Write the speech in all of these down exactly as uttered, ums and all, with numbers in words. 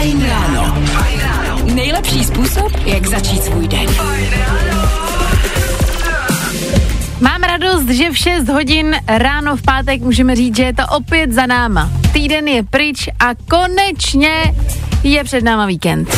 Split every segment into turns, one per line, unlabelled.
Fajn ráno. Nejlepší způsob, jak začít svůj den.
Mám radost, že v šest hodin ráno v pátek můžeme říct, že je to opět za náma. Týden je pryč a konečně je před náma víkend.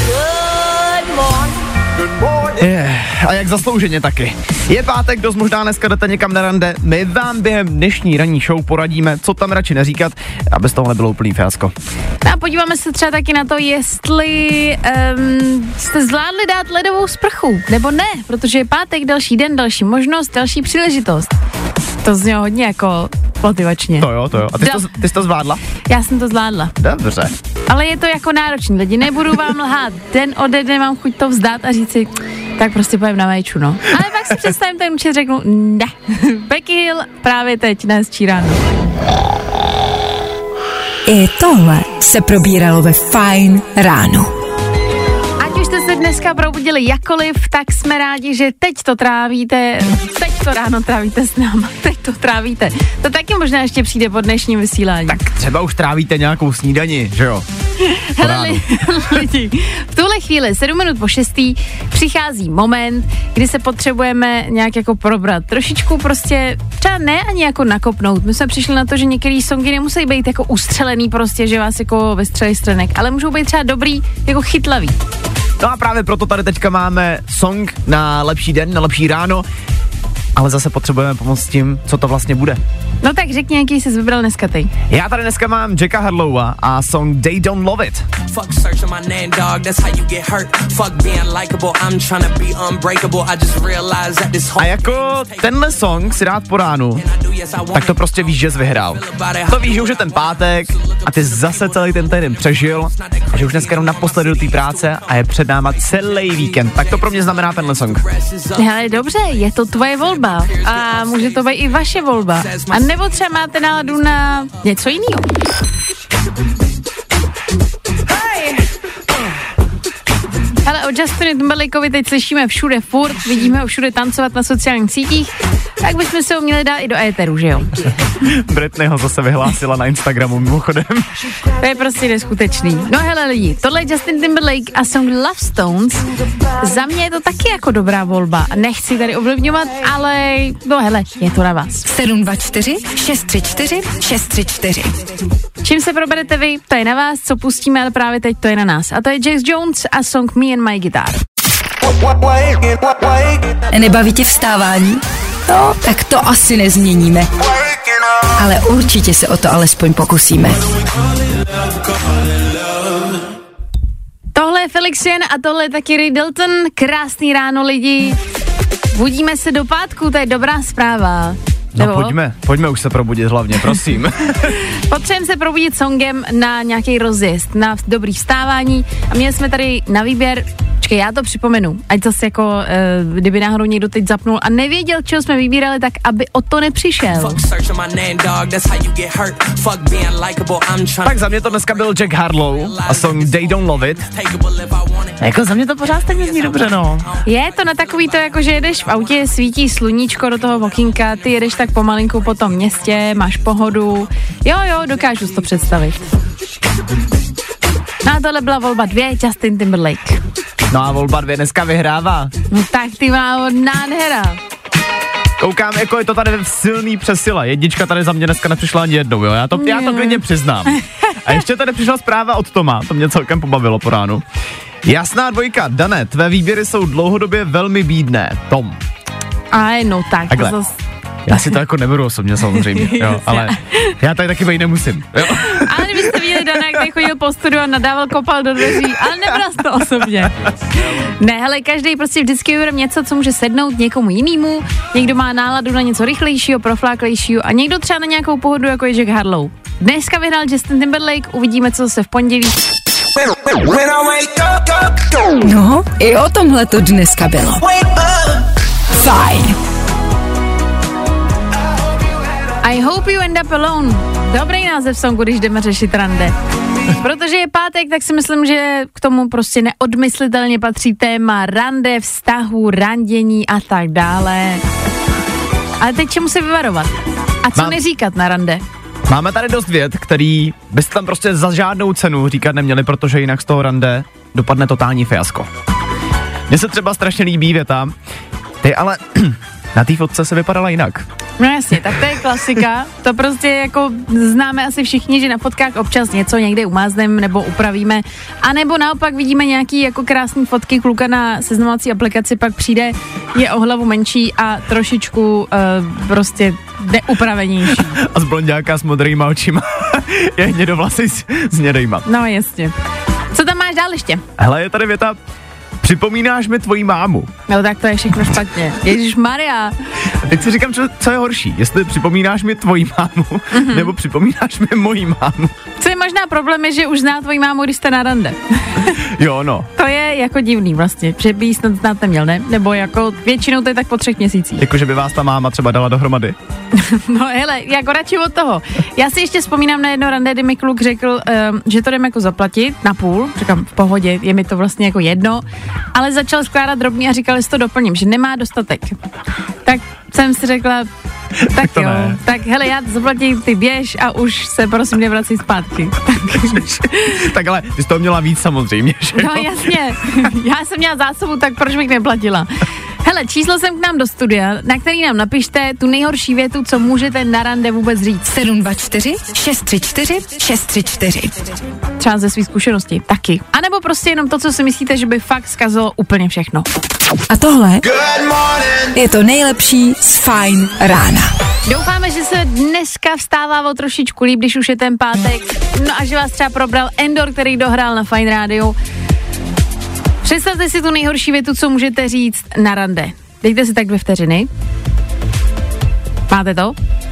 Je, a jak zaslouženě taky. Je pátek, dost možná dneska jdete někam na rande. My vám během dnešní ranní show poradíme, co tam radši neříkat, aby z toho nebylo úplný fiasko.
A podíváme se třeba taky na to, jestli um, jste zvládli dát ledovou sprchu, nebo ne, protože je pátek, další den, další možnost, další příležitost. To znělo hodně jako motivačně.
To jo, to jo. A ty,
Do...
jsi, to, ty jsi to zvládla?
Já jsem to zvládla.
Dobře.
Ale je to jako náročný lidi, nebudu vám lhát. Den ode dne mám chuť to vzdát a říct si, tak prostě pojem na méču, no. Ale pak si představím ten účet, řeknu, ne. Becky Hill právě teď na hezčí ráno.
I tohle se probíralo ve Fajn ráno.
Ať už jste se dneska probudili jakkoliv, tak jsme rádi, že teď to trávíte, teď to ráno trávíte s náma, teď to trávíte. To taky možná ještě přijde po dnešním vysílání.
Tak třeba už trávíte nějakou snídani, že jo?
Hele lidi, v tuhle chvíli sedm minut po šestý přichází moment, kdy se potřebujeme nějak jako probrat. Trošičku prostě, třeba ne ani jako nakopnout. My jsme přišli na to, že některé songy nemusí být jako ustřelený prostě, že vás jako vystřelí strenek, ale můžou být třeba dobrý, jako chytlavý.
No a právě proto tady teďka máme song na lepší den, na lepší ráno, ale zase potřebujeme pomoct s tím, co to vlastně bude.
No tak řekni, jaký jsi vybral dneska ty.
Já tady dneska mám Jacka Harlowa a song They Don't Love It. A jako tenhle song si dát po ránu, tak to prostě víš, že jsi vyhrál. To víš, že už je ten pátek a ty zase celý ten týden přežil a že už dneska jenom naposledy do té práce a je před náma celý víkend. Tak to pro mě znamená tenhle song.
Hele, dobře, je to tvoje volba a může to být i vaše volba. A nebo třeba máte náladu na něco jiného. Ale o Justinu Timberlakeovi teď slyšíme všude furt, vidíme ho všude tancovat na sociálních sítích, tak bychom se ho měli dát i do éteru, že jo?
Britney ho zase vyhlásila na Instagramu mimochodem.
To je prostě neskutečný. No hele lidi, tohle je Justin Timberlake a song Love Stones. Za mě je to taky jako dobrá volba. Nechci tady ovlivňovat, ale no hele, je to na vás.
sedm dva čtyři šest tři čtyři šest tři čtyři.
Čím se proberete vy, to je na vás, co pustíme, ale právě teď to je na nás. A to je Jax Jones a song Me and My Guitar.
Nebaví tě vstávání? No, tak to asi nezměníme. Ale určitě se o to alespoň pokusíme.
Tohle je Felix Jen a tohle je taky Ray Dalton. Krásný ráno lidi. Budíme se do pátku, to je dobrá zpráva.
No Nebo? pojďme, pojďme už se probudit hlavně, prosím.
Potřebujeme se probudit songem na nějaký rozjezd, na dobrý vstávání a měli jsme tady na výběr, počkej, já to připomenu, ať zase jako, e, kdyby náhodou někdo teď zapnul a nevěděl, čeho jsme vybírali, tak aby o to nepřišel.
Tak za mě to dneska byl Jack Harlow a song They Don't Love It. Jako za mě to pořád stejně zní dobře, no.
Je to na takový to, jako že jedeš v autě, svítí sluníčko do toho okýnka, ty jedeš tak pomalinku po tom městě, máš pohodu. Jo, jo, dokážu si to představit. No a tohle byla volba dvě, Justin Timberlake.
No a volba dvě dneska vyhrává.
No tak ty má nádhera.
Koukám, jako je to tady silný přesile. Jednička tady za mě dneska nepřišla ani jednou, jo. Já to, já to klidně přiznám. A ještě tady přišla zpráva od Toma, to mě celkem pobavilo po ránu. Jasná dvojka, Dané, tvé výběry jsou dlouhodobě velmi bídné. Tom.
Aj, no tak.
Takhle.
To zas...
Já si to jako neberu osobně samozřejmě, jo, ale já tady taky být nemusím, jo.
Ale kdybyste viděli Dana, jak tady chodil po studiu a nadával, kopal do dveří, ale nebral to osobně. Ne, hele, každý prostě vždycky vybereme něco, co může sednout někomu jinému. Někdo má náladu na něco rychlejšího, profláklejšího a někdo třeba na nějakou pohodu, jako je Jack Harlow. Dneska vyhrál Justin Timberlake, uvidíme, co se v pondělí.
No, i o tomhle to dneska bylo. Fajn.
I hope you end up alone. Dobrý název songu, když jdeme řešit rande. Protože je pátek, tak si myslím, že k tomu prostě neodmyslitelně patří téma rande, vztahu, randění a tak dále. Ale teď čemu se vyvarovat? A co
Mám...
neříkat na rande?
Máme tady dost vět, který byste tam prostě za žádnou cenu říkat neměli, protože jinak z toho rande dopadne totální fiasko. Mně se třeba strašně líbí věta, ty ale na té fotce se vypadala jinak.
No jasně, tak to je klasika, to prostě jako známe asi všichni, že na fotkách občas něco někde umázneme nebo upravíme, anebo naopak vidíme nějaký jako krásný fotky kluka na seznamovací aplikaci, pak přijde, je o hlavu menší a trošičku uh, prostě neupravenější.
A z blonďáka s modrýma očima je hnědovlasy s, s hnědejma.
No jasně. Co tam máš dál ještě?
Hele, je tady věta, připomínáš mi tvoji mámu.
No tak to je všechno špatně. Ježišmarja.
A teď si říkám, co, co je horší, jestli připomínáš mi tvoji mámu, mm-hmm. nebo připomínáš mi moji mámu.
Co je možná problém je, že už zná tvoji mámu, když jste na rande.
Jo, no.
To je jako divný vlastně, že by jí snad znát neměl, ne? Nebo jako většinou to je tak po třech měsících.
Jako, že by vás ta máma třeba dala dohromady.
No hele, jako radši od toho. Já si ještě vzpomínám na jedno rande, kdy mi kluk řekl, um, že to jdeme jako zaplatit na půl. Říkám, v pohodě, je mi to vlastně jako jedno. Ale začal skládat drobný a říkal, že to doplním, že nemá dostatek. Tak jsem si řekla, tak, tak jo, ne. Tak hele, já to zaplatím, ty běž a už se prosím nevrací zpátky.
Tak ale ty jsi toho měla víc samozřejmě, že
No jasně, já jsem měla zásobu, tak proč bych neplatila? Hele, číslo jsem k nám do studia, na který nám napište tu nejhorší větu, co můžete na rande vůbec říct.
sedm dva čtyři šest tři čtyři šest tři čtyři.
Třeba ze svých zkušeností, taky. A nebo prostě jenom to, co si myslíte, že by fakt zkazilo úplně všechno.
A tohle je to nejlepší z Fajn rána.
Doufáme, že se dneska vstává o trošičku líp, když už je ten pátek. No a že vás třeba probral Endor, který dohrál na Fajn rádiu. Představte si tu nejhorší větu, co můžete říct na rande. Dejte si tak dvě vteřiny. Máte to?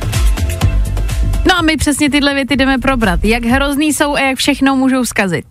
No a my přesně tyhle věty jdeme probrat. Jak hrozný jsou a jak všechno můžou zkazit.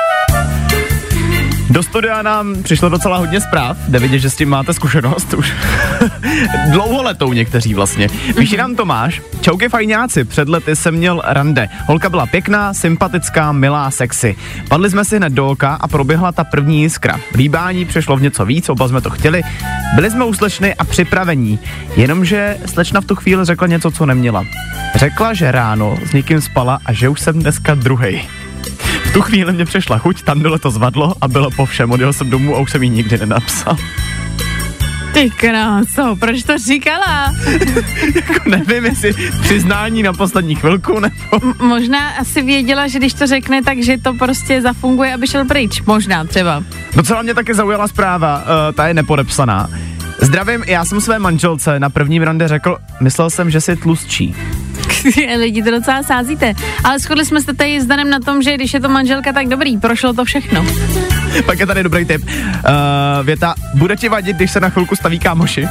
Do studia nám přišlo docela hodně zpráv, jde vidět, že s tím máte zkušenost už dlouholetou někteří vlastně. Píše nám Tomáš, čauky fajňáci, před lety jsem měl rande. Holka byla pěkná, sympatická, milá, sexy. Padli jsme si hned do oka a proběhla ta první jiskra. Líbání přešlo v něco víc, oba jsme to chtěli. Byli jsme u slečny a připravení, jenomže slečna v tu chvíli řekla něco, co neměla. Řekla, že ráno s někým spala a že už jsem dneska druhej. V tu chvíli mě přešla chuť, tam dole to zvadlo a bylo po všem. Odjel jsem domů a už jsem jí nikdy nenapsal.
Ty kráso, proč to říkala?
Jako nevím, jestli přiznání na poslední chvilku, nebo...
M- možná asi věděla, že když to řekne, takže to prostě zafunguje, aby šel pryč. Možná třeba.
Docela mě taky zaujala zpráva, uh, ta je nepodepsaná. Zdravím, já jsem své manželce na prvním rande řekl, myslel jsem, že jsi tlustší.
Lidi to docela sázíte. Ale shodli jsme se tady s Danem na tom, že když je to manželka, tak dobrý, prošlo to všechno.
Pak je tady dobrý tip. Uh, věta, bude ti vadit, když se na chvilku staví kámoši?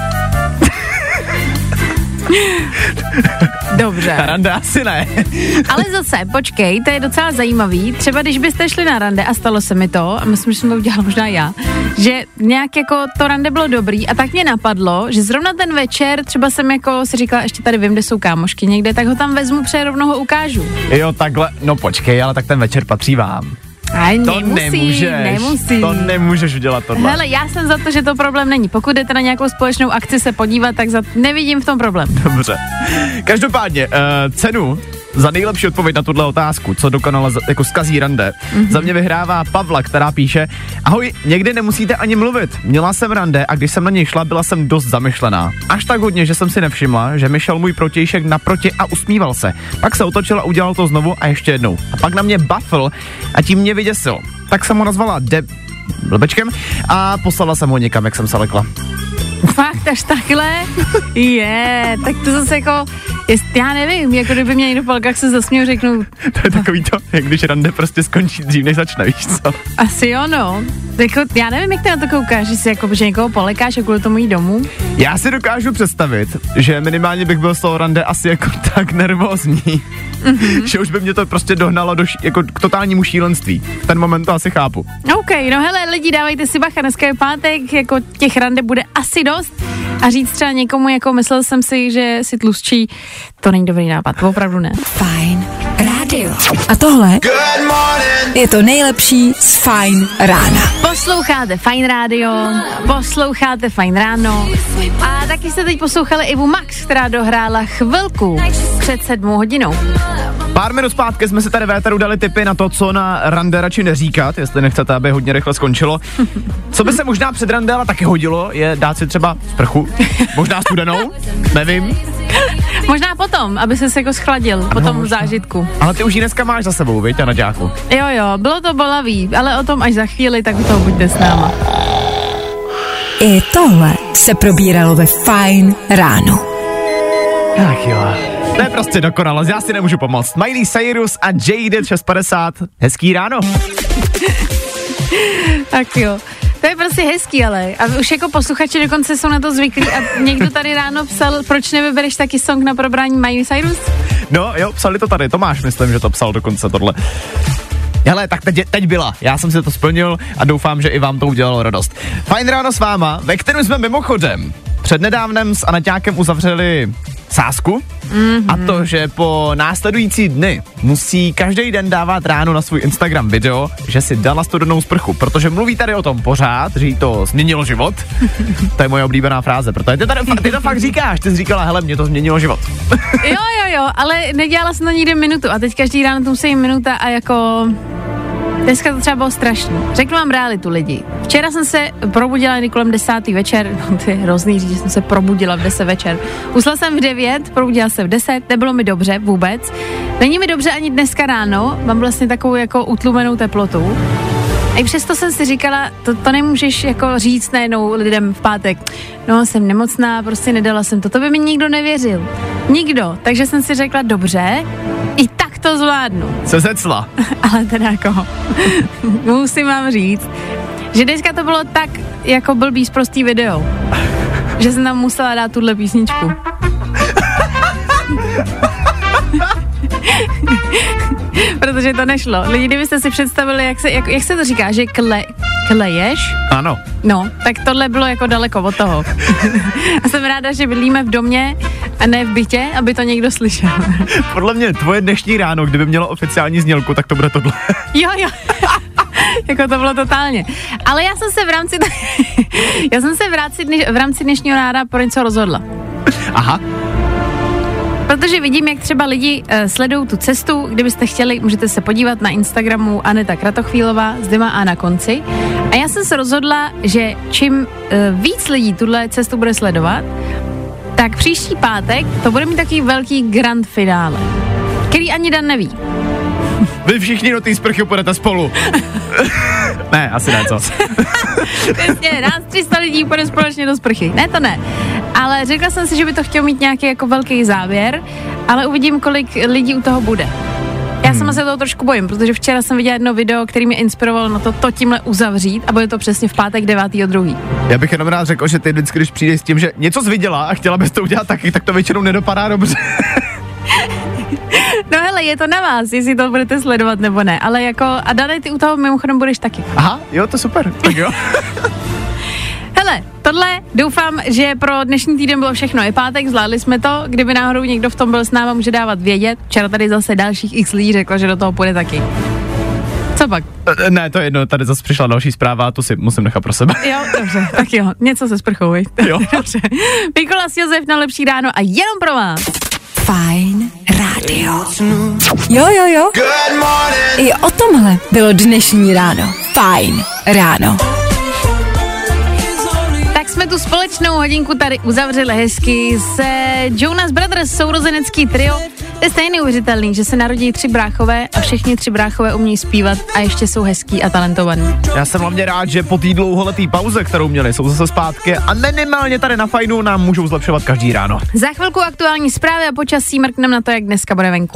Dobře.
Na rande asi ne.
Ale zase, počkej, to je docela zajímavý. Třeba když byste šli na rande a stalo se mi to, a myslím, že jsem to udělala možná já, že nějak jako to rande bylo dobrý a tak mě napadlo, že zrovna ten večer třeba jsem jako si říkala, ještě tady vím, kde jsou kámošky někde, tak ho tam vezmu, pře rovnou ho ukážu.
Jo, takhle, no počkej, ale tak ten večer patří vám.
Aj,
to
nemusí,
nemůžeš,
nemusí.
To nemůžeš udělat tohle.
Hele, já jsem za to, že to problém není. Pokud jdete na nějakou společnou akci se podívat, tak za nevidím v tom problém.
Dobře. Každopádně, uh, cenu za nejlepší odpověď na tuhle otázku, co dokonale jako zkazí rande, mm-hmm. za mě vyhrává Pavla, která píše: ahoj, někdy nemusíte ani mluvit. Měla jsem rande a když jsem na něj šla, byla jsem dost zamyšlená. Až tak hodně, že jsem si nevšimla, že mi šel můj protějšek naproti a usmíval se. Pak se otočil a udělal to znovu a ještě jednou. A pak na mě bafl a tím mě vyděsil. Tak jsem ho nazvala de... blbečkem a poslala jsem ho někam, jak jsem se lekla.
Fakt, až takhle? Je, yeah, tak to zase jako, jest, já nevím, jako kdyby mě někdo v palkách se zasměl, řeknu.
To je takový to, jak když rande prostě skončí dřív, než začne, víš co?
Asi jo, no. Jako, já nevím, jak ty na to koukáš, že si jako, že někoho polekáš a kvůli tomu jít domů. Já
si dokážu představit, že minimálně bych byl z toho rande asi jako tak nervózní, mm-hmm. že už by mě to prostě dohnalo do ší, jako k totálnímu šílenství. V ten moment to asi chápu.
OK, no hele, lidi, dávejte si bacha, dneska je pátek, jako těch rande bude asi dost a říct třeba někomu, jako myslel jsem si, že si tlustší, to není dobrý nápad, to opravdu ne.
Fajn rádio. A tohle je je to nejlepší z Fajn rána.
Posloucháte Fajn rádio, posloucháte Fajn ráno a taky jste teď poslouchali Ivu Max, která dohrála chvilku před sedmou hodinou.
Pár minut zpátky jsme si tady véteru dali tipy na to, co na rande radši neříkat, jestli nechcete, aby hodně rychle skončilo. Co by se možná před rande ale taky hodilo, je dát si třeba sprchu, možná studenou, nevím.
Možná potom, aby se jako schladil po tom zážitku.
Ale ty už ji dneska máš za sebou, viď, a na dějáku.
Jo, jo, bylo to bolavý, ale o tom až za chvíli, tak u toho buďte s náma.
I tohle se probíralo ve Fajn ráno.
Tak jo. To je prostě dokonalost, já si nemůžu pomoct. Miley Cyrus a Jaded šest padesát. Hezký ráno.
Tak jo. To je prostě hezký, ale. A už jako posluchači dokonce jsou na to zvyklí a někdo tady ráno psal, proč nevybereš taky song na probrání Miley Cyrus?
No jo, psali to tady, Tomáš, myslím, že to psal dokonce tohle. Hele, tak teď, teď byla, já jsem si to splnil a doufám, že i vám to udělalo radost. Fajn ráno s váma, ve kterém jsme mimochodem přednedávnem s Anaťákem uzavřeli sázku, mm-hmm. a to, že po následující dny musí každý den dávat ráno na svůj Instagram video, že si dala studenou sprchu, protože mluví tady o tom pořád, že jí to změnilo život. To je moje oblíbená fráze, protože ty, tady, ty to fakt říkáš, ty jsi říkala, hele, mě to změnilo život.
Jo, jo, jo, ale nedělala jsem to nikdy minutu a teď každý ráno to musí minuta a jako... Dneska to třeba bylo strašný. Řeknu vám realitu, lidi. Včera jsem se probudila jen kolem desátý večer, no to je hrozný říct, že jsem se probudila v deset večer. Usla jsem v devět, probudila se v deset, nebylo mi dobře vůbec. Není mi dobře ani dneska ráno, mám vlastně takovou jako utlumenou teplotu. A i přesto jsem si říkala, to, to nemůžeš jako říct najednou lidem v pátek. No, jsem nemocná, prostě nedala jsem to, to by mi nikdo nevěřil. Nikdo, takže jsem si řekla, dobře, i tak to zvládnu.
Se zecla.
Ale teda jako, musím vám říct, že dneska to bylo tak jako blbý zprostý video, že jsem tam musela dát tuhle písničku. Protože to nešlo. Lidi, kdybyste si představili, jak se, jak, jak se to říká, že kle, kleješ?
Ano.
No, tak tohle bylo jako daleko od toho. A jsem ráda, že bydlíme v domě a ne v bytě, aby to někdo slyšel.
Podle mě tvoje dnešní ráno, kdyby mělo oficiální znělku, tak to bude tohle.
Jo, jo. Jako to bylo totálně. Ale já jsem se v rámci já jsem se v rámci, dneš, v rámci dnešního ráda pro něco rozhodla.
Aha.
Protože vidím, jak třeba lidi uh, sledují tu cestu, kdybyste chtěli, můžete se podívat na Instagramu Aneta Kratochvílová s dvěma A na konci. A já jsem se rozhodla, že čím uh, víc lidí tuhle cestu bude sledovat, tak příští pátek to bude mít takový velký grand finále, který ani Dan neví.
Vy všichni do té sprchy půjdete spolu. Ne, asi ne, co?
Přesně, nás tři sta lidí půjde společně do sprchy. Ne, to ne. Ale řekla jsem si, že by to chtěl mít nějaký jako velký závěr, ale uvidím, kolik lidí u toho bude. Já hmm. sama se toho trošku bojím, protože včera jsem viděla jedno video, který mě inspirovalo na to, to tímhle uzavřít a bude to přesně v pátek devátého druhého
Já bych jenom rád řekl, že ty vždycky, když přijdeš s tím, že něco jsi viděla a chtěla bys to udělat taky, tak to většinou nedopadá dobře.
No hele, je to na vás, jestli to budete sledovat nebo ne, ale jako, a Dane, ty u toho mimochodem budeš taky.
Aha, jo, to super, tak jo.
Hele, tohle doufám, že pro dnešní týden bylo všechno. Je pátek, zvládli jsme to, kdyby náhodou někdo v tom byl s náma, může dávat vědět. Včera tady zase dalších x lidí řeklo, že do toho půjde taky. Co pak?
Ne, to je jedno, tady zase přišla další zpráva a tu si musím nechat pro sebe.
Jo, dobře, tak jo, něco se sprchou, viď?
Jo.
Dobře. Mikolas Josef na Lepší ráno a jenom pro vás.
Fajn rádio. Jo, jo, jo. I o tomhle bylo dnešní ráno. Fajn ráno.
Tak jsme tu společnou hodinku tady uzavřeli hezky se Jonas Brothers, sourozenecký trio. To je stejně neuvěřitelný, že se narodí tři bráchové a všichni tři bráchové umějí zpívat a ještě jsou hezký a talentovaný.
Já jsem hlavně rád, že po té dlouholetý pauze, kterou měli, jsou zase zpátky a minimálně tady na Fajnu nám můžou zlepšovat každý ráno.
Za chvilku aktuální zprávy a počasí, mrkneme na to, jak dneska bude venku.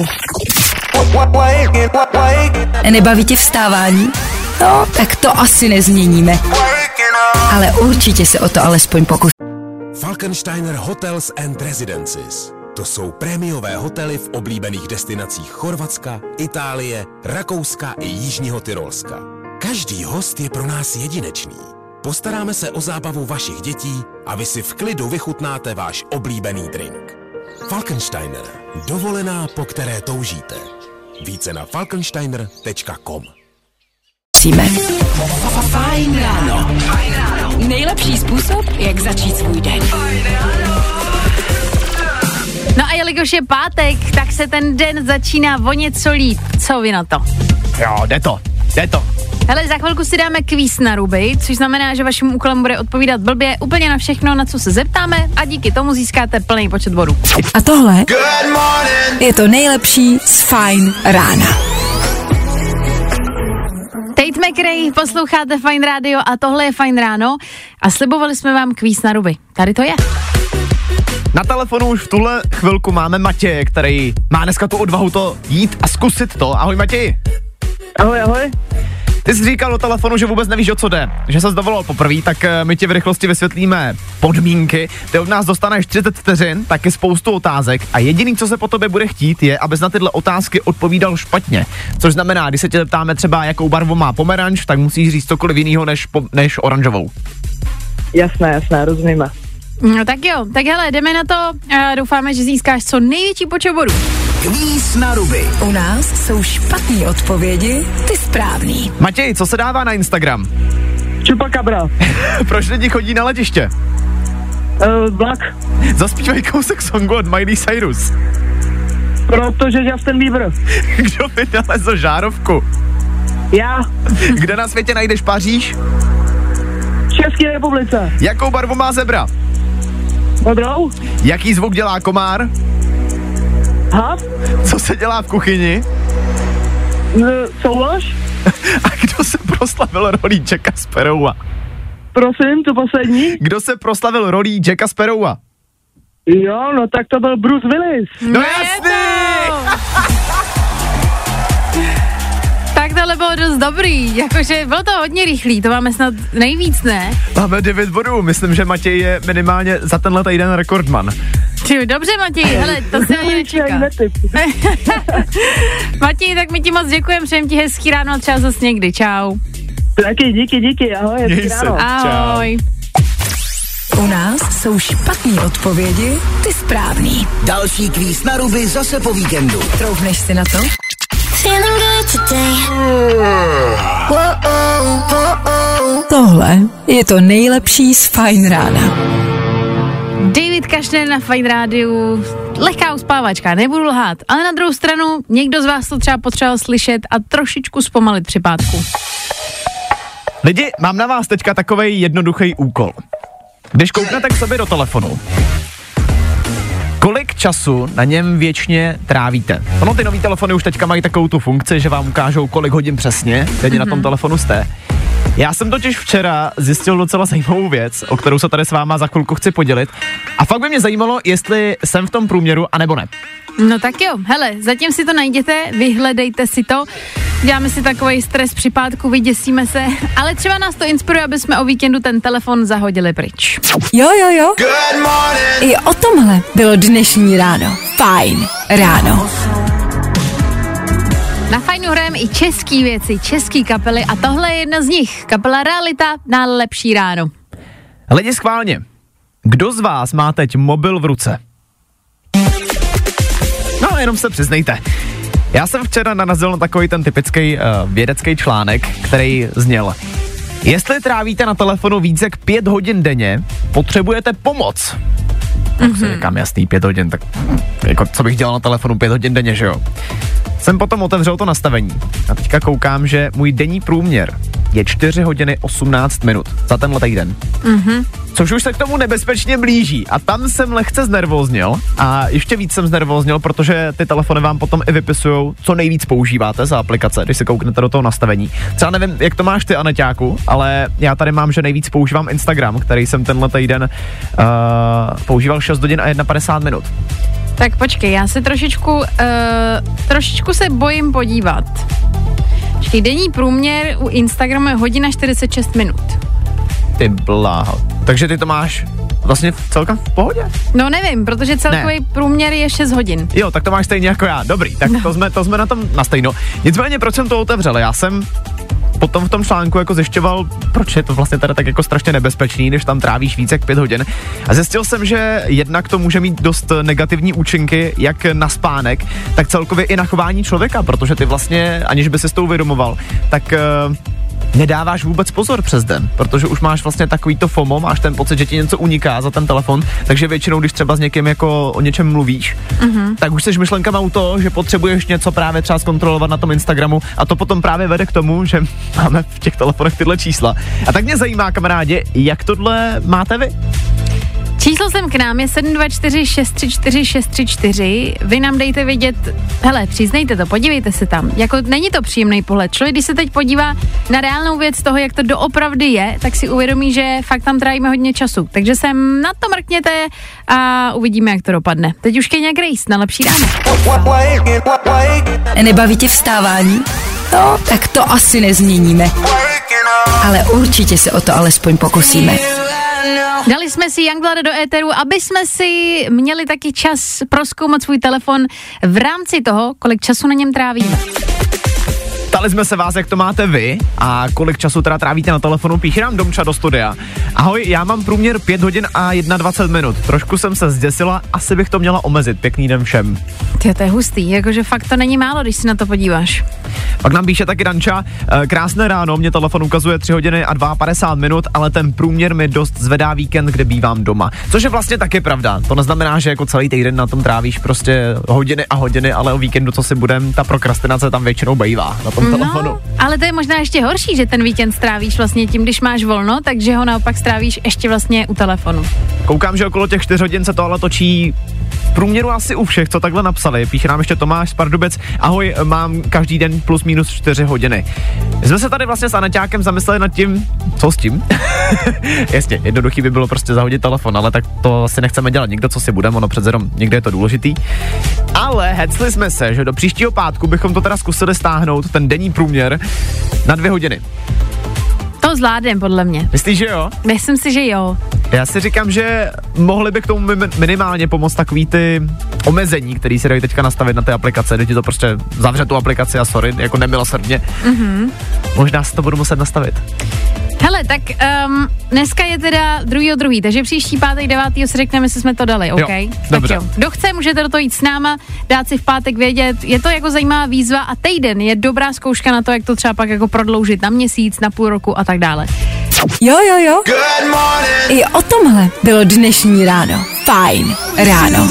Nebaví tě vstávání? No, tak to asi nezměníme. Ale určitě se o to alespoň pokusíme.
Falkensteiner Hotels and Residences. To jsou prémiové hotely v oblíbených destinacích Chorvatska, Itálie, Rakouska i Jižního Tyrolska. Každý host je pro nás jedinečný. Postaráme se o zábavu vašich dětí a vy si v klidu vychutnáte váš oblíbený drink. Falkensteiner. Dovolená, po které toužíte. Více na falkensteiner tečka com.
nemusíme. Fajn ráno. Nejlepší způsob, jak začít svůj den.
No a jelikož je pátek, tak se ten den začíná o něco líp. Co vy na to?
Jo, jde to, jde to.
Hele, za chvilku si dáme kvíz na ruby, což znamená, že vaším úkolem bude odpovídat blbě úplně na všechno, na co se zeptáme, a díky tomu získáte plný počet bodů.
A tohle je to nejlepší z Fajn rána.
Tate McRae, posloucháte Fajn rádio a tohle je Fajn ráno a slibovali jsme vám kvíz na ruby. Tady to je.
Na telefonu už v tuhle chvilku máme Matěje, který má dneska tu odvahu to jít a zkusit to. Ahoj Matěji.
Ahoj, ahoj.
Ty jsi říkal do telefonu, že vůbec nevíš, o co jde, že ses dovolal poprvé, tak my ti v rychlosti vysvětlíme podmínky. Ty od nás dostaneš třicet vteřin, taky spoustu otázek a jediný, co se po tobě bude chtít, je, abys na tyhle otázky odpovídal špatně. Což znamená, když se tě ptáme třeba, jakou barvu má pomeranč, tak musíš říct cokoliv jiného než, po, než oranžovou.
Jasné, jasné, rozumíme.
No tak jo, tak hele, jdeme na to a doufáme, že získáš co největší počet bodů.
Kvíz na ruby. U nás jsou špatné odpovědi, ty správný.
Matěj, co se dává na Instagram?
Chupacabra.
Proč lidi chodí na letiště?
Uh, vlak.
Zaspívej kousek songu od Miley Cyrus.
Protože Justin Bieber.
Kdo vynalezl žárovku?
Já.
Kde na světě najdeš Paříž?
V České republice.
Jakou barvu má zebra?
Modrou.
Jaký zvuk dělá komár?
Hav.
Co se dělá v kuchyni?
Uh, soulož.
A kdo se proslavil rolí Jacka Sparrowa?
Prosím, tu poslední.
Kdo se proslavil rolí Jacka Sparrowa?
Jo, no tak to byl Bruce Willis.
No jasný!
Tak tohle bylo dost dobrý, jakože bylo to hodně rychlý, to máme snad nejvíc, ne?
Máme devět bodů, myslím, že Matěj je minimálně za tenhle týden rekordman.
Ty, dobře Matěj, hele, to se ani nečeká. Matěj, tak my ti moc děkujeme, přejem ti hezký ráno a třeba zase někdy, čau.
Taky, díky, díky, ahoj, hezký ráno.
Ahoj.
U nás jsou špatné odpovědi, ty správný.
Další kvíz na ruby zase po víkendu.
Troufneš si na to? Tohle je to nejlepší z Fajn rána.
David Kushner na Fajn rádiu, lehká uspávačka, nebudu lhát, ale na druhou stranu někdo z vás to třeba potřeboval slyšet a trošičku zpomalit při pátku.
Lidi, mám na vás teďka takovej jednoduchý úkol. Když kouknete k sobě do telefonu, kolik času na něm věčně trávíte? Ono, ty nový telefony už teďka mají takovou tu funkci, že vám ukážou, kolik hodin přesně teď mm-hmm. na tom telefonu jste. Já jsem totiž včera zjistil docela zajímavou věc, o kterou se tady s váma za chvilku chci podělit. A fakt by mě zajímalo, jestli jsem v tom průměru, anebo ne.
No tak jo, hele, zatím si to najděte, vyhledejte si to, děláme si takový stres při pátku, vyděsíme se, ale třeba nás to inspiruje, aby jsme o víkendu ten telefon zahodili pryč.
Jo, jo, jo. I o tomhle bylo dnešní ráno. Fajn ráno.
Na Fajnu hrajeme i český věci, český kapely a tohle je jedna z nich. Kapela Realita na Lepší ráno.
Lidi, schválně, kdo z vás má teď mobil v ruce? No, jenom se přiznejte. Já jsem včera narazil na takový ten typický uh, vědecký článek, který zněl: jestli trávíte na telefonu víc jak pět hodin denně, potřebujete pomoc. Tak mm-hmm. si říkám, jasný, pět hodin, tak jako co bych dělal na telefonu pět hodin denně, že jo? Jsem potom otevřel to nastavení a teďka koukám, že můj denní průměr je čtyři hodiny osmnáct minut za tenhle týden. Mm-hmm. Což už se k tomu nebezpečně blíží a tam jsem lehce znervózněl a ještě víc jsem znervózněl, protože ty telefony vám potom i vypisujou, co nejvíc používáte za aplikace, když se kouknete do toho nastavení. Třeba nevím, jak to máš ty, Aneťáku, ale já tady mám, že nejvíc používám Instagram, který jsem tenhle týden uh, používal šest hodin a padesát jedna minut.
Tak počkej, já se trošičku, uh, trošičku se bojím podívat. Počkej, denní průměr u Instagramu je hodina čtyřicet šest minut.
Ty bláho. Takže ty to máš vlastně celkem v pohodě?
No nevím, protože celkový ne. průměr je šest hodin.
Jo, tak to máš stejně jako já. Dobrý, tak no. to, jsme, to jsme na tom na stejno. Nicméně, proč jsem to otevřel? Já jsem potom v tom článku jako zjišťoval, proč je to vlastně teda tak jako strašně nebezpečný, když tam trávíš víc jak pět hodin. A zjistil jsem, že jednak to může mít dost negativní účinky jak na spánek, tak celkově i na chování člověka, protože ty vlastně, aniž by si s tou uvědomoval, tak uh, nedáváš vůbec pozor přes den, protože už máš vlastně takový to FOMO, máš ten pocit, že ti něco uniká za ten telefon, takže většinou, když třeba s někým jako o něčem mluvíš, mm-hmm. tak už jsi myšlenkama u toho, že potřebuješ něco právě třeba zkontrolovat na tom Instagramu a to potom právě vede k tomu, že máme v těch telefonech tyhle čísla. A tak mě zajímá, kamarádi, jak tohle máte vy?
Číslo sem k nám je sedm dva čtyři šest tři čtyři šest tři čtyři. Vy nám dejte vědět, hele, přiznejte to, podívejte se tam. Jako není to příjemný pohled. Člověk, když se teď podívá na reálnou věc toho, jak to doopravdy je, tak si uvědomí, že fakt tam trávíme hodně času. Takže sem na to mrkněte a uvidíme, jak to dopadne. Teď už Kenya Grace na Lepší ráno.
Nebaví tě vstávání? No, tak to asi nezměníme. Ale určitě se o to alespoň pokusíme.
Dali jsme si Youngblada do éteru, aby jsme si měli taky čas prozkoumat svůj telefon v rámci toho, kolik času na něm trávíme.
Ptali jsme se vás, jak to máte vy a kolik času teda trávíte na telefonu. Píše nám Domča do studia. Ahoj, já mám průměr pět hodin a dvacet jedna minut. Trošku jsem se zděsila, asi bych to měla omezit. Pěkný den všem.
Ty, to je hustý, jakože fakt to není málo, když si na to podíváš.
Pak nám píše taky Danča, krásné ráno, mě telefon ukazuje tři hodiny a padesát dva minut, ale ten průměr mi dost zvedá víkend, kde bývám doma. Což je vlastně taky pravda. To neznamená, že jako celý týden na tom trávíš prostě hodiny a hodiny, ale o víkendu, co si budem, ta prokrastinace tam většinou bývá na tom telefonu.
No, ale to je možná ještě horší, že ten víkend strávíš vlastně tím, když máš volno, takže ho naopak strávíš ještě vlastně u telefonu.
Koukám, že okolo těch čtyř hodin se to ale točí v průměru asi u všech, co takhle napsali. Píše nám ještě Tomáš z Pardubic. Ahoj, mám každý den plus minus čtyři hodiny. My jsme se tady vlastně s Aneťákem zamysleli nad tím, co s tím. Jasně, jednoduchý by bylo prostě zahodit telefon, ale tak to asi nechceme dělat. Nikdo, co si budeme, ono přece jenom někde je to důležitý. Ale hecli jsme se, že do příštího pátku bychom to teda zkusili stáhnout, ten denní průměr, na dvě hodiny.
To zvládnem, podle mě.
Myslíš, že jo?
Myslím si, že jo.
Já si říkám, že mohli by k tomu minimálně pomoct takový ty omezení, který se dají teďka nastavit na té aplikace, kde ti to prostě zavře tu aplikaci a sorry, jako nemilosrdně. Mm-hmm. Možná si to budu muset nastavit.
Hele, tak um, dneska je teda druhý druhý, takže příští pátek devátého si řekneme, jestli jsme to dali, OK?
Jo,
tak
dobře.
jo. Kdo chce, můžete do toho jít s náma, dát si v pátek vědět. Je to jako zajímavá výzva a týden je dobrá zkouška na to, jak to třeba pak jako prodloužit na měsíc, na půl roku a tak dále.
Jo, jo, jo. I o tomhle bylo dnešní ráno. Fajn ráno.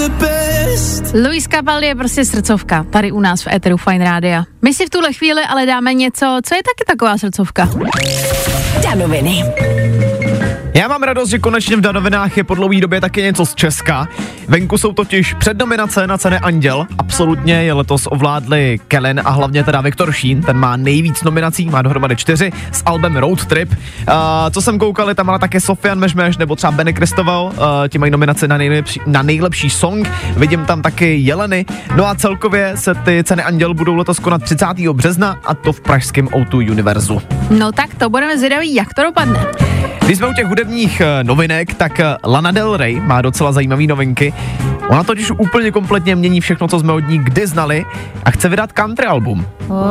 Luis Capaldi je prostě srdcovka tady u nás v éteru Fajn rádia. My si v tuhle chvíli ale dáme něco, co je taky taková srdcovka.
Danoviny.
Já mám radost, že konečně v Danovinách je po dlouhé době taky něco z Česka. Venku jsou totiž přednominace na ceny Anděl. Absolutně je letos ovládli Kellen a hlavně teda Viktor Šín. Ten má nejvíc nominací, má dohromady čtyři s albem Road Trip. Uh, co jsem koukal, tam ale také Sofian Mežmeš nebo třeba Benny Kristoval. Uh, ti mají nominace na nejlepší, na nejlepší song. Vidím tam taky Jeleny. No a celkově se ty ceny Anděl budou letos konat třicátého března a to v pražském O dva Univerzu.
No tak to budeme zvědaví, jak to dopadne.
Když jsme u těch hudebních novinek, tak Lana Del Rey má docela zajímavé novinky. Ona totiž úplně kompletně mění všechno, co jsme od ní kdy znali a chce vydat country album.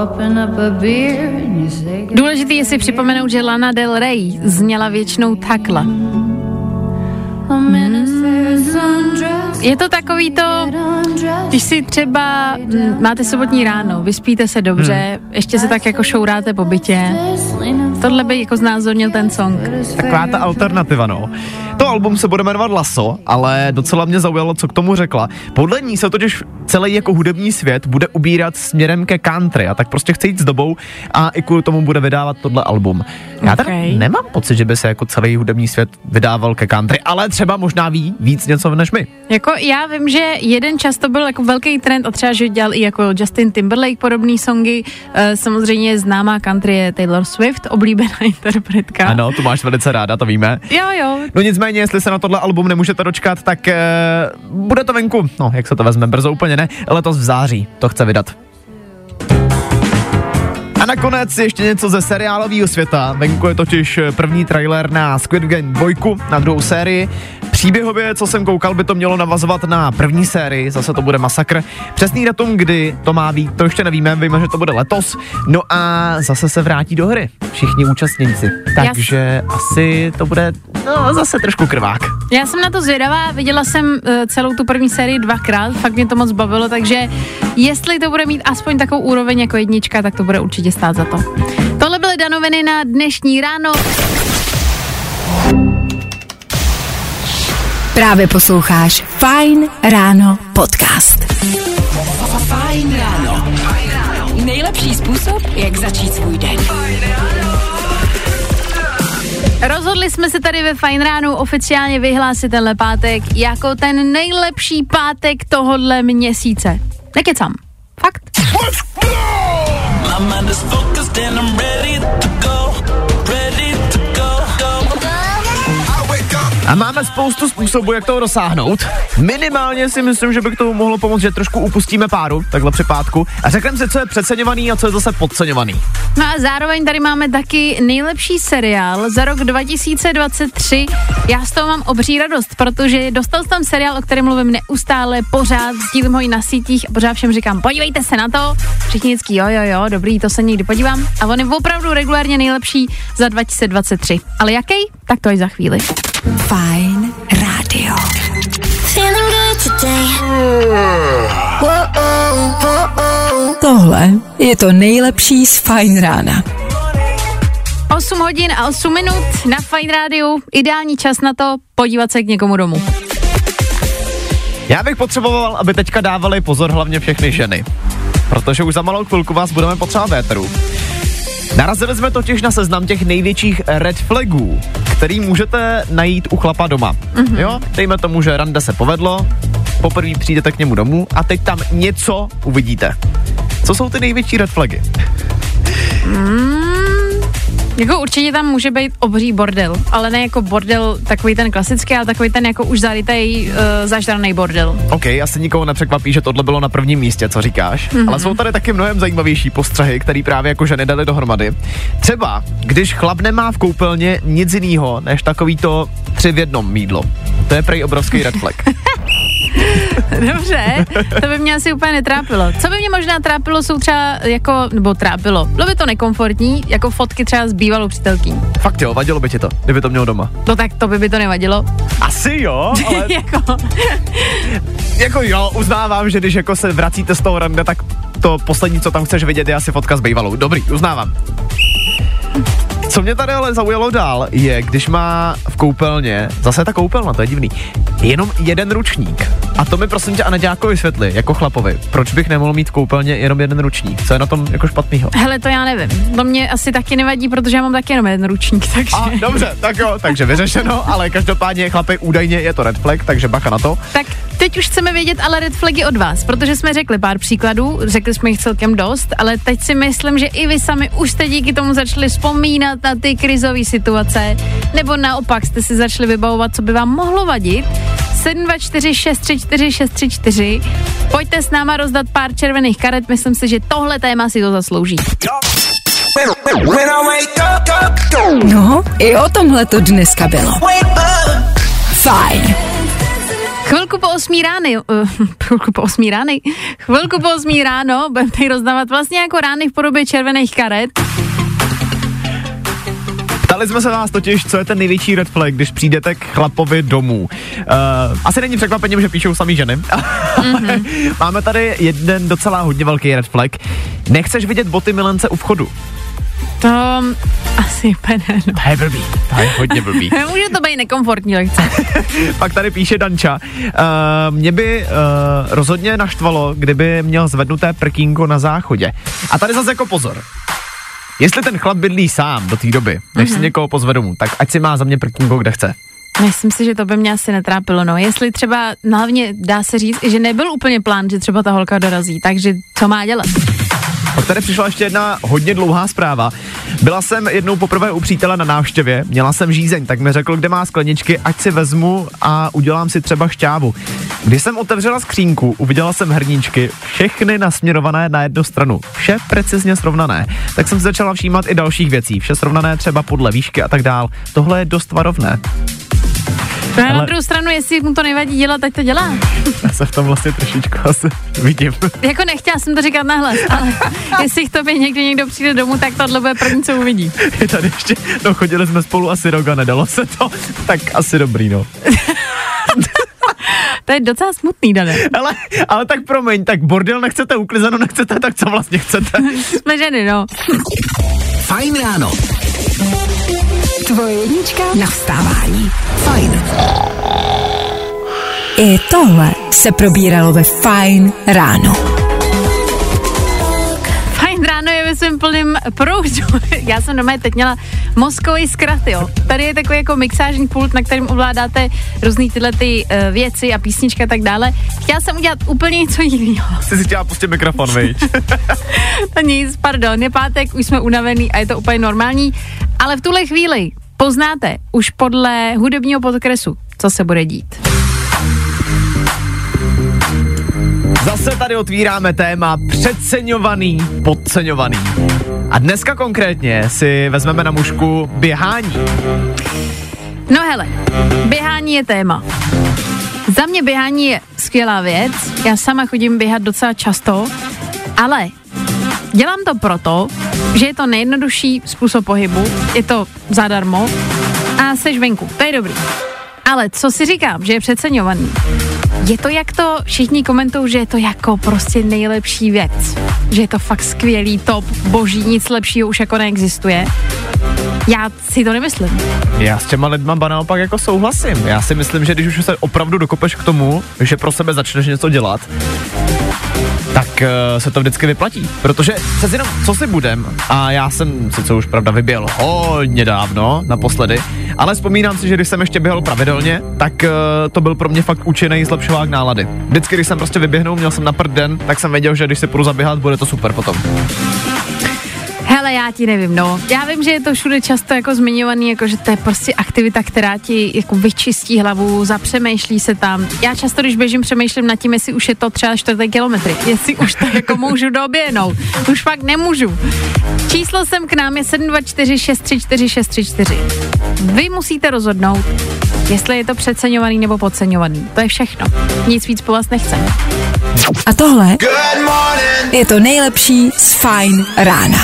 Důležitý je si připomenout, že Lana Del Rey zněla většinou takhle. Hmm. Je to takový to, když si třeba m, máte sobotní ráno, vyspíte se dobře, hmm. ještě se tak jako šouráte po bytě. Tohle by jako znázornil ten song.
Taková ta alternativa, no. To album se bude jmenovat Lasso, ale docela mě zaujalo, co k tomu řekla. Podle ní se totiž celý jako hudební svět bude ubírat směrem ke country a tak prostě chce jít s dobou a i kvůli tomu bude vydávat tohle album. Já teda okay. nemám pocit, že by se jako celý hudební svět vydával ke country, ale třeba možná ví víc něco než my.
Jako já vím, že jeden čas to byl jako velký trend a třeba, že dělal i jako Justin Timberlake podobný songy. E, samozřejmě známá country je Taylor Swift, oblíbená interpretka.
Ano, tu máš velice ráda, to víme.
Jo, jo.
No nicméně, jestli se na tohle album nemůžete dočkat, tak e, bude to venku. No, jak se to vezme, brzo úplně ne, letos v září to chce vydat. A nakonec ještě něco ze seriálového světa. Venku je totiž první trailer na Squid Game dva, na druhou sérii. Příběhově, co jsem koukal, by to mělo navazovat na první sérii, zase to bude masakr. Přesný datum, kdy to má být, to ještě nevíme, víme, že to bude letos. No a zase se vrátí do hry všichni účastníci. Takže Jas. asi to bude no, zase trošku krvák.
Já jsem na to zvědavá, viděla jsem uh, celou tu první sérii dvakrát, fakt mě to moc bavilo, takže jestli to bude mít aspoň takovou úroveň jako jednička, tak to bude určitě stát za to. Tohle byl tohle danoviny na dnešní ráno.
Právě posloucháš Fajn ráno podcast.
Fajn ráno.
Nejlepší způsob, jak začít svůj den.
Rozhodli jsme se tady ve Fajn ránu oficiálně vyhlásit tenhle pátek jako ten nejlepší pátek tohodle měsíce. Nekecám. Fakt.
A máme spoustu způsobů, jak toho dosáhnout. Minimálně si myslím, že by k tomu mohlo pomoct, že trošku upustíme páru, takhle při pátku, a řekneme si, co je přeceňovaný a co je zase podceňovaný.
No a zároveň tady máme taky nejlepší seriál za rok dva tisíce dvacet tři. Já z toho mám obří radost, protože dostal jsem tam seriál, o kterém mluvím neustále, pořád, sdílím ho i na sítích a pořád všem říkám, podívejte se na to. Všichni vždycky, jo, jo, jo, dobrý, to se někdy podívám. A on je opravdu regulárně nejlepší za dva tisíce dvacet tři. Ale jaký? Tak to až za chvíli.
Fajn rádio. Tohle je to nejlepší z Fajn rána.
osm hodin a osm minut na Fajn rádiu. Ideální čas na to podívat se k někomu domů.
Já bych potřeboval, aby teďka dávali pozor hlavně všechny ženy. Protože už za malou chvilku vás budeme potřebovat vétru. Narazili jsme totiž na seznam těch největších red flagů, který můžete najít u chlapa doma. Mm-hmm. Jo, dejme tomu, že rande se povedlo, poprvé přijdete k němu domů a teď tam něco uvidíte. Co jsou ty největší red flagy?
Mm, jako určitě tam může být obří bordel, ale ne jako bordel takový ten klasický, ale takový ten jako už zarytej uh, zažranej bordel.
OK, asi nikoho nepřekvapí, že tohle bylo na prvním místě, co říkáš, mm-hmm. ale jsou tady taky mnohem zajímavější postřehy, které právě jako ženy dali dohromady. Třeba, když chlap nemá v koupelně nic jinýho, než takový to tři v jednom mýdlo. To je prej obrovský red flag.
Dobře, to by mě asi úplně netrápilo. Co by mě možná trápilo, jsou třeba jako, nebo trápilo, bylo by to nekomfortní, jako fotky třeba s bývalou přítelkyní.
Fakt jo, vadilo by ti to, kdyby to mělo doma.
No tak to by by to nevadilo.
Asi jo, ale...
jako...
jako jo, uznávám, že když jako se vracíte z toho rande, tak to poslední, co tam chceš vidět, je asi fotka s bývalou. Dobrý, uznávám. Co mě tady ale zaujalo dál, je, když má v koupelně, zase ta koupelna, to je divný, jenom jeden ručník. A to mi prosím tě, Aneď, jako vysvětli, jako chlapovi, proč bych nemohl mít v koupelně jenom jeden ručník? Co je na tom jako špatnýho?
Hele, to já nevím. To mě asi taky nevadí, protože já mám taky jenom jeden ručník, takže...
A dobře, tak jo, takže vyřešeno, ale každopádně chlapi, údajně je to red flag, takže bacha na to.
Tak teď už chceme vědět ale red flagy od vás, protože jsme řekli pár příkladů, řekli jsme jich celkem dost, ale teď si myslím, že i vy sami už jste díky tomu začali vzpomínat na ty krizové situace, nebo naopak jste si začali vybavovat, co by vám mohlo vadit. sedm dva čtyři šest tři čtyři šest tři čtyři. Pojďte s náma rozdat pár červených karet, myslím si, že tohle téma si to zaslouží.
No, i o tomhle to dneska bylo. Fajn.
Chvilku po osmí rány, uh, chvilku po osmí rány, chvilku po osmí ráno budeme tady rozdávat vlastně jako rány v podobě červených karet.
Ptali jsme se vás totiž, co je ten největší red flag, když přijdete k chlapovi domů. Uh, asi není překvapením, že píšou samý ženy. Mm-hmm. Máme tady jeden docela hodně velký red flag. Nechceš vidět boty milence u vchodu.
To asi úplně ne, no.
To je blbý, to je hodně blbý.
Může to být nekomfortní lehce.
Pak tady píše Danča. Uh, mě by uh, rozhodně naštvalo, kdyby měl zvednuté prkínko na záchodě. A tady zase jako pozor. Jestli ten chlap bydlí sám do té doby, než mm-hmm. si někoho pozve domů, tak ať si má za mě prkínko, kde chce.
Myslím si, že to by mě asi netrápilo, no. Jestli třeba, hlavně dá se říct, že nebyl úplně plán, že třeba ta holka dorazí, takže co má dělat?
Pak tady přišla ještě jedna hodně dlouhá zpráva. Byla jsem jednou poprvé u přítele na návštěvě, měla jsem žízeň, tak mi řekl, kde má skleničky, ať si vezmu a udělám si třeba šťávu. Když jsem otevřela skřínku, uviděla jsem hrníčky, všechny nasměrované na jednu stranu, vše precizně srovnané. Tak jsem si začala všímat i dalších věcí, vše srovnané třeba podle výšky a tak dál. Tohle je dost varovné.
Ale na druhou stranu, jestli mu to nevadí dělat, tak to dělá.
Já se v tom vlastně trošičku asi vidím.
Jako nechtěla jsem to říkat nahlas, ale jestli k tobě někdy někdo přijde domů, tak tohle bude první, co uvidí.
Je tady ještě, no chodili jsme spolu asi rok a nedalo se to, tak asi dobrý, no.
To je docela smutný, Dane.
Ale, ale tak promiň, tak bordel nechcete, uklizeno nechcete, tak co vlastně chcete?
Jsme ženy, no.
Fajn ráno.
Tvoje jednička na vstávání. Fajn. I tohle se probíralo ve Fajn ráno.
Fajn ráno je ve svém plným proudu. Já jsem doma teď měla mozkový zkrat, jo. Tady je takový jako mixážní pult, na kterém ovládáte různý tyhle ty uh, věci a písnička a tak dále. Chtěla jsem udělat úplně něco jiného.
Jsi si chtěla pustit mikrofon, viď?
To nic, pardon, je pátek, už jsme unavený a je to úplně normální, ale v tuhle chvíli poznáte už podle hudebního podkresu, co se bude dít.
Zase tady otvíráme téma přeceňovaný, podceňovaný. A dneska konkrétně si vezmeme na mužku běhání.
No hele, běhání je téma. Za mě běhání je skvělá věc, já sama chodím běhat docela často, ale dělám to proto, že je to nejjednodušší způsob pohybu, je to zadarmo a seš venku, to je dobrý. Ale co si říkám, že je přeceňovaný? Je to, jak to všichni komentují, že je to jako prostě nejlepší věc. Že je to fakt skvělý, top, boží, nic lepšího už jako neexistuje. Já si to nemyslím. Já
s těma lidma naopak jako souhlasím. Já si myslím, že když už se opravdu dokopeš k tomu, že pro sebe začneš něco dělat, tak uh, se to vždycky vyplatí. Protože přes jenom, co si budem, a já jsem sice už pravda vyběhl hodně dávno, naposledy, ale vzpomínám si, že když jsem ještě běhal pravidelně, tak uh, to byl pro mě fakt účinný zlepšovák nálady. Vždycky, když jsem prostě vyběhnul, měl jsem na prd den, tak jsem věděl, že když si půjdu zaběhat, bude to super potom.
Hele, já ti nevím, no. Já vím, že je to všude často jako zmiňovaný, jako že to je prostě aktivita, která ti jako vyčistí hlavu, zapřemýšlí se tam. Já často, když běžím, přemýšlím nad tím, jestli už je to třeba čtyři kilometry, jestli už to jako můžu doběhnout. Už fakt nemůžu. Číslo sem k nám je sedm dva čtyři šest tři čtyři šest tři čtyři. Vy musíte rozhodnout, jestli je to přeceňovaný nebo podceňovaný. To je všechno. Nic víc po vás nechcem.
A tohle je to nejlepší z Fajn rána.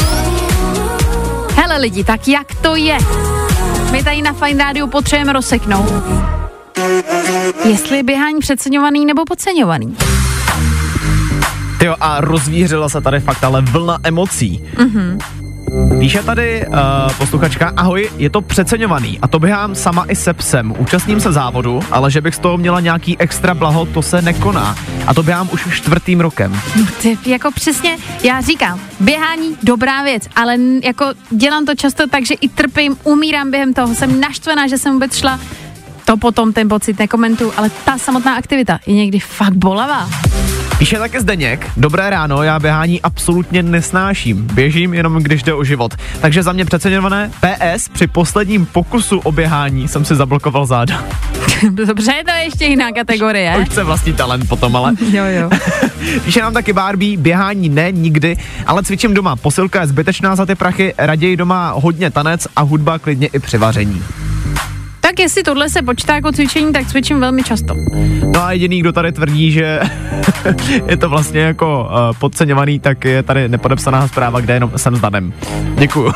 Hele lidi, tak jak to je? My tady na Fajn rádiu potřebujeme rozseknout, jestli je běhání přeceňovaný nebo podceňovaný.
Jo, a rozvířila se tady fakt ale vlna emocí. Mhm. Píše tady uh, posluchačka, ahoj, je to přeceňovaný a to běhám sama i se psem. Účastním se závodu, ale že bych z toho měla nějaký extra blaho, to se nekoná. A to běhám už čtvrtým rokem.
No ty, jako přesně, já říkám, běhání, dobrá věc, ale jako dělám to často tak, že i trpím, umírám během toho, jsem naštvaná, že jsem vůbec šla. To potom ten pocit nekomentuju, ale ta samotná aktivita je někdy fakt bolavá.
Píše také Zdeněk, dobré ráno, já běhání absolutně nesnáším, běžím jenom když jde o život. Takže za mě přeceňované. P S, při posledním pokusu o běhání jsem si zablokoval záda.
Dobře, to je ještě jiná kategorie.
To už chce vlastní talent potom, ale.
Jo, jo.
Píše nám taky Barbie, běhání ne, nikdy, ale cvičím doma. Posilka je zbytečná za ty prachy, raději doma hodně tanec a hudba klidně i při vaření.
Tak jestli tohle se počítá jako cvičení, tak cvičím velmi často.
No a jediný, kdo tady tvrdí, že je to vlastně jako uh, podceňovaný, tak je tady nepodepsaná zpráva, kde jenom jsem s Danem. Děkuju.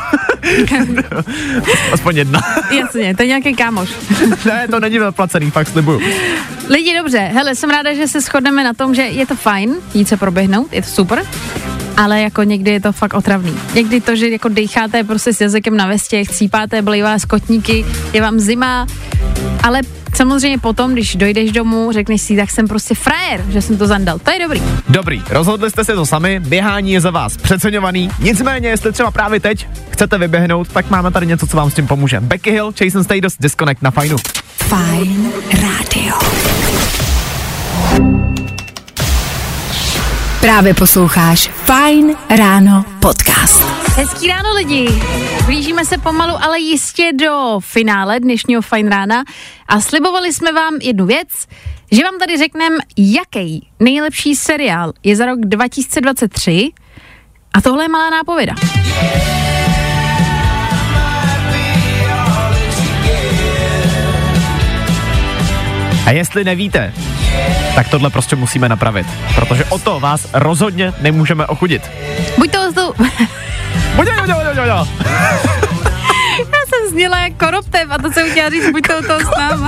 Aspoň jedna.
Jasně, to je nějaký kámoš.
Ne, to není placený, fakt slibuju.
Lidi, dobře, hele, jsem ráda, že se shodneme na tom, že je to fajn jít se proběhnout, je to super, ale jako někdy je to fakt otravný. Někdy to, že jako dejcháte prostě s jazykem na vestě, chcípáte, bolí vás kotníky, je vám zima, ale samozřejmě potom, když dojdeš domů, řekneš si, tak jsem prostě frajer, že jsem to zandal. To je dobrý.
Dobrý, rozhodli jste se to sami, běhání je za vás přeceňovaný, nicméně, jestli třeba právě teď chcete vyběhnout, tak máme tady něco, co vám s tím pomůže. Becky Hill, Jason Statham, Disconnect na Fajnu.
Fajn rádio. Právě posloucháš Fajn ráno podcast.
Hezký ráno lidi, blížíme se pomalu, ale jistě do finále dnešního Fajn rána a slibovali jsme vám jednu věc, že vám tady řekneme, jaký nejlepší seriál je za rok dva tisíce dvacet tři a tohle je malá nápověda.
A jestli nevíte, tak tohle prostě musíme napravit, protože o to vás rozhodně nemůžeme ochudit.
Buď to to...
Buď to, buď to, buď to.
Já jsem zněla jak Koroptev a to jsem chtěla říct, buď to toho s náma.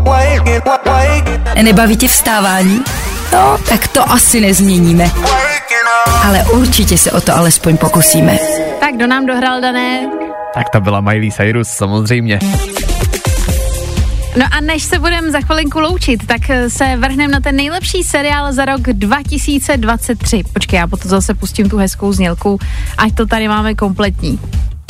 Nebaví tě vstávání? No, tak to asi nezměníme. Ale určitě se o to alespoň pokusíme.
Tak kdo nám dohrál, Dané?
Tak to byla Miley Cyrus, samozřejmě.
No a než se budeme za chvilinku loučit, tak se vrhneme na ten nejlepší seriál za rok dva tisíce dvacet tři. Počkej, já potom zase pustím tu hezkou znělku, ať to tady máme kompletní.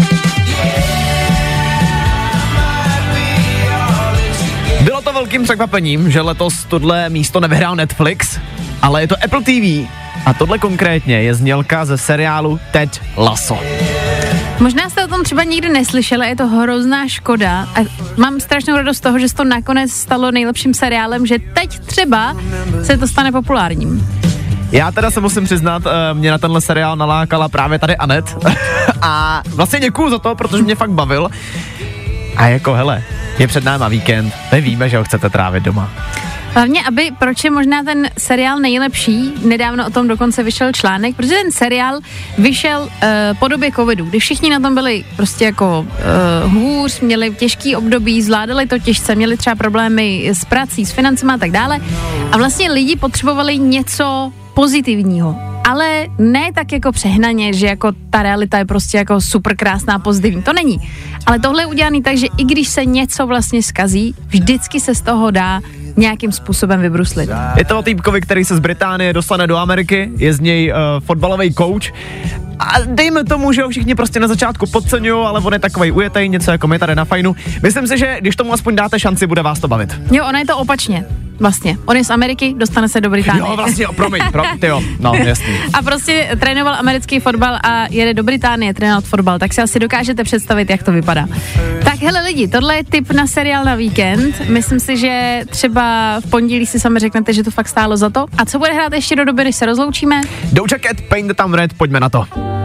Bylo to velkým překvapením, že letos tohle místo nevyhrál Netflix, ale je to Apple T V a tohle konkrétně je znělka ze seriálu Ted Lasso.
Možná jste o tom třeba nikdy neslyšeli, je to hrozná škoda a mám strašnou radost z toho, že se to nakonec stalo nejlepším seriálem, že teď třeba se to stane populárním.
Já teda se musím přiznat, mě na tenhle seriál nalákala právě tady Anet a vlastně děkuju za to, protože mě fakt bavil. A jako hele, je před náma víkend, my víme, že ho chcete trávit doma.
Hlavně, aby, proč je možná ten seriál nejlepší, nedávno o tom dokonce vyšel článek, protože ten seriál vyšel uh, po době covidu, kdy všichni na tom byli prostě jako uh, hůř, měli těžký období, zvládali to těžce, měli třeba problémy s prací, s financema a tak dále a vlastně lidi potřebovali něco pozitivního. Ale ne tak jako přehnaně, že jako ta realita je prostě jako super krásná, pozitivní. To není. Ale tohle je udělaný tak, že i když se něco vlastně zkazí, vždycky se z toho dá nějakým způsobem vybruslit.
Je to o týpkovi, který se z Británie dostane do Ameriky, je z něj uh, fotbalový coach a dejme tomu, že ho všichni prostě na začátku podceňují, ale on je takovej ujetej, něco jako my tady na Fajnu. Myslím si, že když tomu aspoň dáte šanci, bude vás to bavit.
Jo, ono je to opačně. Vlastně. On je z Ameriky, dostane se do Británie.
Jo, vlastně, jo, promiň, pro, ty jo, no, jasný.
A prostě trénoval americký fotbal a jede do Británie trénovat fotbal, tak si asi dokážete představit, jak to vypadá. Tak hele lidi, tohle je tip na seriál na víkend. Myslím si, že třeba v pondělí si sami řeknete, že to fakt stálo za to. A co bude hrát ještě do doby, než se rozloučíme?
Doja Cat, Paint the Town Red, pojďme na to.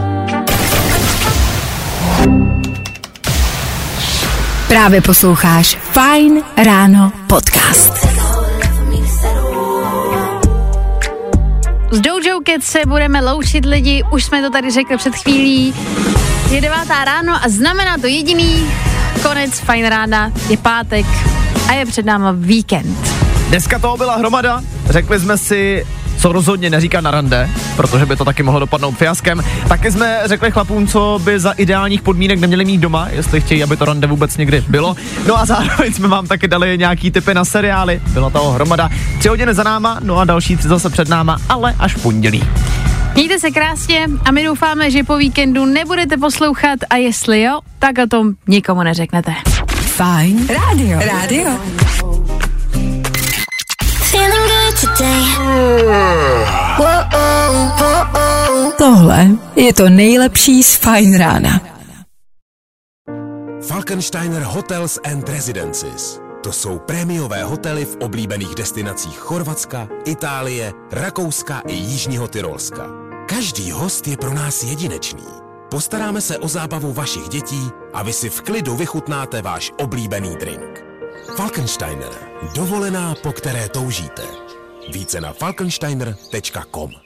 Právě posloucháš Fajn ráno podcast.
S Dojou Cat se budeme loučit lidi, už jsme to tady řekli před chvílí. Je devátá ráno a znamená to jediný, konec Fajn rána, je pátek a je před náma víkend.
Dneska toho byla hromada, řekli jsme si, co rozhodně neříká na rande, protože by to taky mohlo dopadnout fiaskem. Taky jsme řekli chlapům, co by za ideálních podmínek neměli mít doma, jestli chtějí, aby to rande vůbec někdy bylo. No a zároveň jsme vám taky dali nějaký tipy na seriály, byla toho hromada. Tři hodiny za náma, no a další tři zase před náma, ale až v pondělí.
Mějte se krásně a my doufáme, že po víkendu nebudete poslouchat a jestli jo, tak o tom nikomu neřeknete.
Fajn rádio. Rádio. Tohle je to nejlepší z Fajn rána.
Falkensteiner Hotels and Residences. To jsou prémiové hotely v oblíbených destinacích Chorvatska, Itálie, Rakouska i Jižního Tyrolska. Každý host je pro nás jedinečný. Postaráme se o zábavu vašich dětí a vy si v klidu vychutnáte váš oblíbený drink. Falkensteiner. Dovolená, po které toužíte. Více na falkensteiner tečka com.